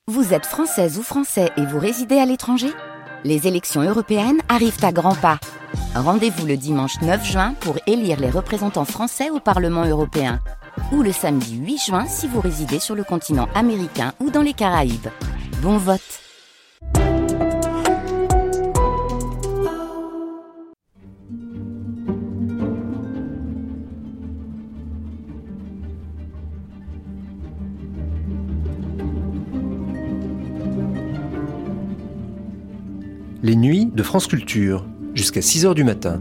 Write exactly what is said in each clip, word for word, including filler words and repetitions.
Vous êtes française ou français et vous résidez à l'étranger ? Les élections européennes arrivent à grands pas. Rendez-vous le dimanche neuf juin pour élire les représentants français au Parlement européen. Ou le samedi huit juin si vous résidez sur le continent américain ou dans les Caraïbes. Bon vote! Les nuits de France Culture, jusqu'à six heures du matin.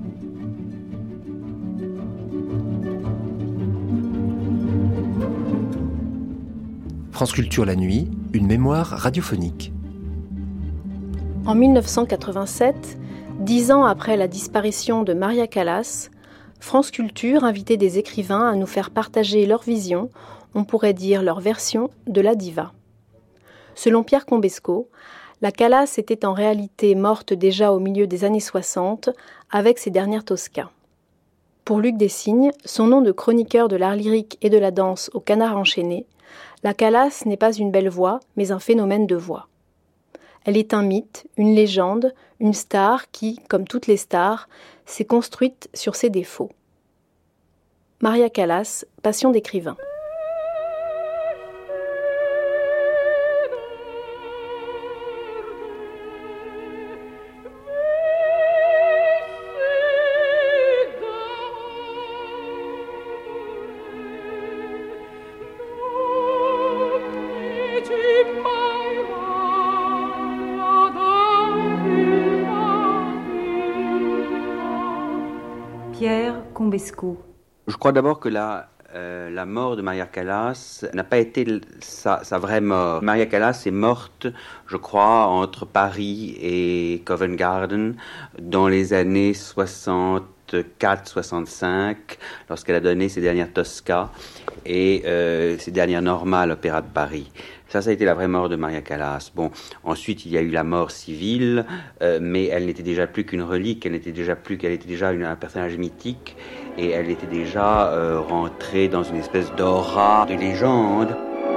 France Culture la nuit, une mémoire radiophonique. En dix-neuf cent quatre-vingt-sept, dix ans après la disparition de Maria Callas, France Culture invitait des écrivains à nous faire partager leur vision, on pourrait dire leur version, de la diva. Selon Pierre Combesco, la Callas était en réalité morte déjà au milieu des années soixante avec ses dernières Tosca. Pour Luc Dessignes, son nom de chroniqueur de l'art lyrique et de la danse au Canard enchaîné, la Callas n'est pas une belle voix, mais un phénomène de voix. Elle est un mythe, une légende, une star qui, comme toutes les stars, s'est construite sur ses défauts. Maria Callas, Passion d'écrivain. Pierre Combesco. Je crois d'abord que la, euh, la mort de Maria Callas n'a pas été sa, sa vraie mort. Maria Callas est morte, je crois, entre Paris et Covent Garden dans les années soixante-quatre soixante-cinq, lorsqu'elle a donné ses dernières Tosca et euh, ses dernières Norma à l'Opéra de Paris. Ça, ça a été la vraie mort de Maria Callas. Bon, ensuite, il y a eu la mort civile, euh, mais elle n'était déjà plus qu'une relique, elle n'était déjà plus qu'elle était déjà une, un personnage mythique, et elle était déjà euh, rentrée dans une espèce d'aura de légende.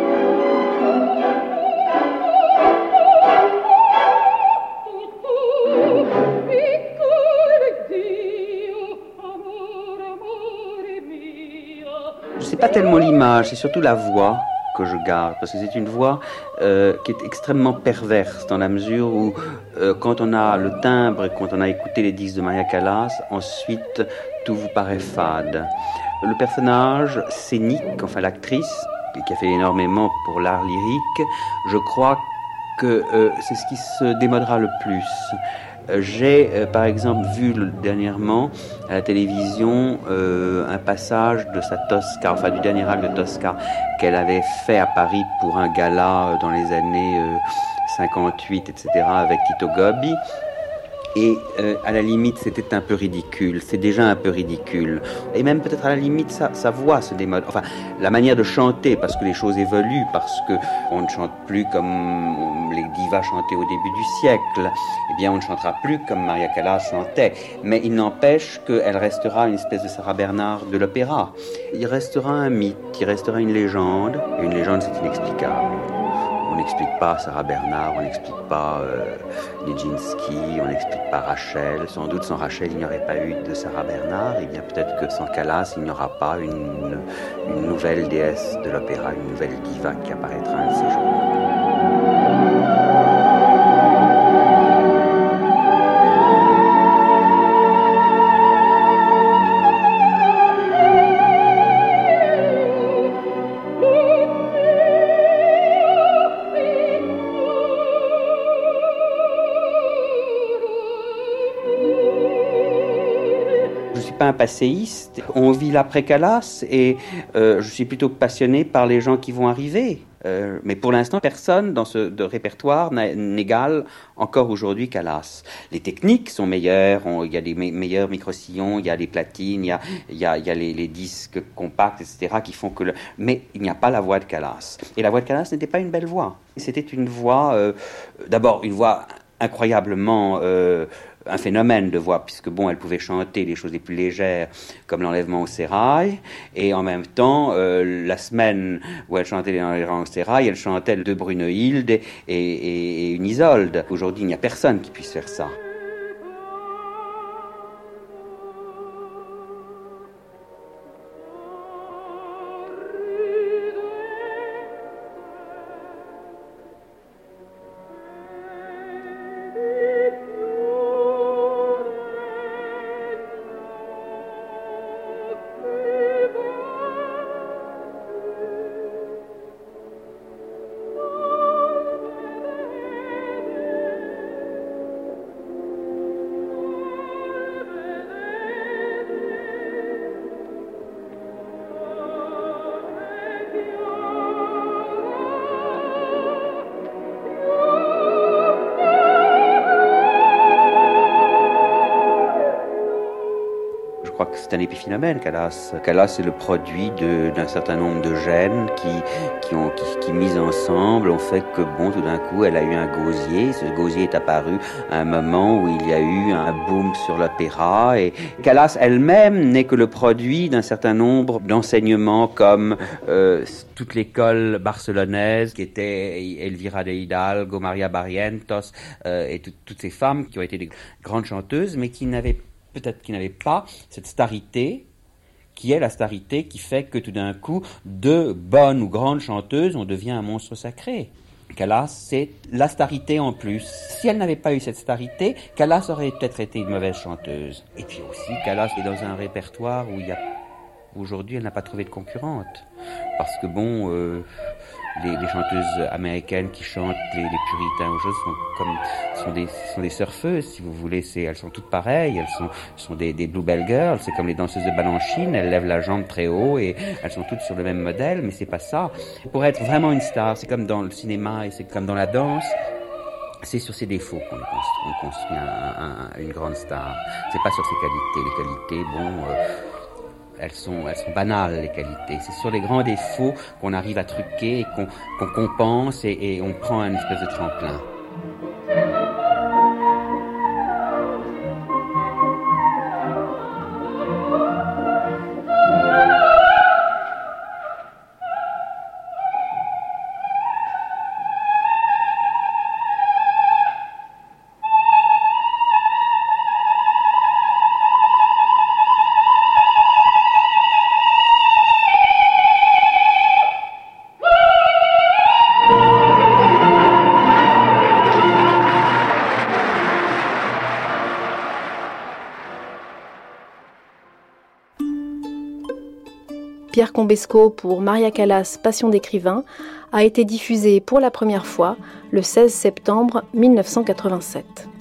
C'est pas tellement l'image, c'est surtout la voix que je garde, parce que c'est une voix euh, qui est extrêmement perverse, dans la mesure où euh, quand on a le timbre et quand on a écouté les disques de Maria Callas, ensuite tout vous paraît fade. Le personnage scénique, enfin l'actrice, qui a fait énormément pour l'art lyrique, je crois que euh, c'est ce qui se démodera le plus. J'ai, euh, par exemple, vu le, dernièrement à la télévision euh, un passage de sa Tosca, enfin du dernier acte de Tosca qu'elle avait fait à Paris pour un gala euh, dans les années euh, cinquante-huit, et cetera, avec Tito Gobbi. Et euh, à la limite, c'était un peu ridicule. C'est déjà un peu ridicule. Et même peut-être à la limite, sa, sa voix se démode. Enfin, la manière de chanter, parce que les choses évoluent, parce que on ne chante plus comme les divas chantaient au début du siècle. Eh bien, on ne chantera plus comme Maria Callas chantait. Mais il n'empêche qu'elle restera une espèce de Sarah Bernhardt de l'opéra. Il restera un mythe, il restera une légende. Et une légende, c'est inexplicable. On n'explique pas Sarah Bernhardt, on n'explique pas euh, Nijinsky, on n'explique pas Rachel. Sans doute sans Rachel, il n'y aurait pas eu de Sarah Bernhardt. Et bien peut-être que sans Callas, il n'y aura pas une, une nouvelle déesse de l'opéra, une nouvelle diva qui apparaîtra un de ces jours. Pas un passéiste, on vit l'après-Callas et euh, je suis plutôt passionné par les gens qui vont arriver. Euh, mais pour l'instant, personne dans ce de répertoire n'égale encore aujourd'hui Callas. Les techniques sont meilleures, il y a des me- meilleurs micro-sillons, il y a des platines, il y a, y a, y a les, les disques compacts, et cetera qui font que... Le... Mais il n'y a pas la voix de Callas. Et la voix de Callas n'était pas une belle voix. C'était une voix, euh, d'abord une voix incroyablement euh, un phénomène de voix, puisque bon, elle pouvait chanter les choses les plus légères, comme l'enlèvement au sérail, et en même temps, euh, la semaine où elle chantait l'enlèvement au sérail, elle chantait deux Brunehilde et, et, et une Isolde. Aujourd'hui, il n'y a personne qui puisse faire ça. Je crois que c'est un épiphénomène, Calas. Calas est le produit de, d'un certain nombre de gènes qui, qui, ont, qui, qui mis ensemble ont fait que, bon, tout d'un coup, elle a eu un gosier. Ce gosier est apparu à un moment où il y a eu un boom sur l'opéra. Et Calas elle-même n'est que le produit d'un certain nombre d'enseignements comme euh, toute l'école barcelonaise qui était Elvira de Hidalgo, Maria Barrientos euh, et tout, toutes ces femmes qui ont été des grandes chanteuses, mais qui n'avaient peut-être qui n'avait pas cette starité, qui est la starité qui fait que tout d'un coup, de bonnes ou grandes chanteuses, on devient un monstre sacré. Calas, c'est la starité en plus. Si elle n'avait pas eu cette starité, Calas aurait peut-être été une mauvaise chanteuse. Et puis aussi, Calas est dans un répertoire où il y a, aujourd'hui, elle n'a pas trouvé de concurrente. Parce que bon, euh, les, les chanteuses américaines qui chantent les, les puritains ou choses sont comme sont des sont des surfeuses, si vous voulez. C'est elles sont toutes pareilles. Elles sont sont des, des bluebell girls. C'est comme les danseuses de Balanchine. Elles lèvent la jambe très haut et elles sont toutes sur le même modèle. Mais c'est pas ça. Pour être vraiment une star, c'est comme dans le cinéma et c'est comme dans la danse. C'est sur ses défauts qu'on construit, on construit un, un, une grande star. C'est pas sur ses qualités. Les qualités, bon. Euh, Elles sont, elles sont banales, les qualités. C'est sur les grands défauts qu'on arrive à truquer, et qu'on, qu'on compense et, et on prend un espèce de tremplin. Pierre Combesco pour Maria Callas, Passion d'écrivain, a été diffusé pour la première fois le seize septembre mille neuf cent quatre-vingt-sept.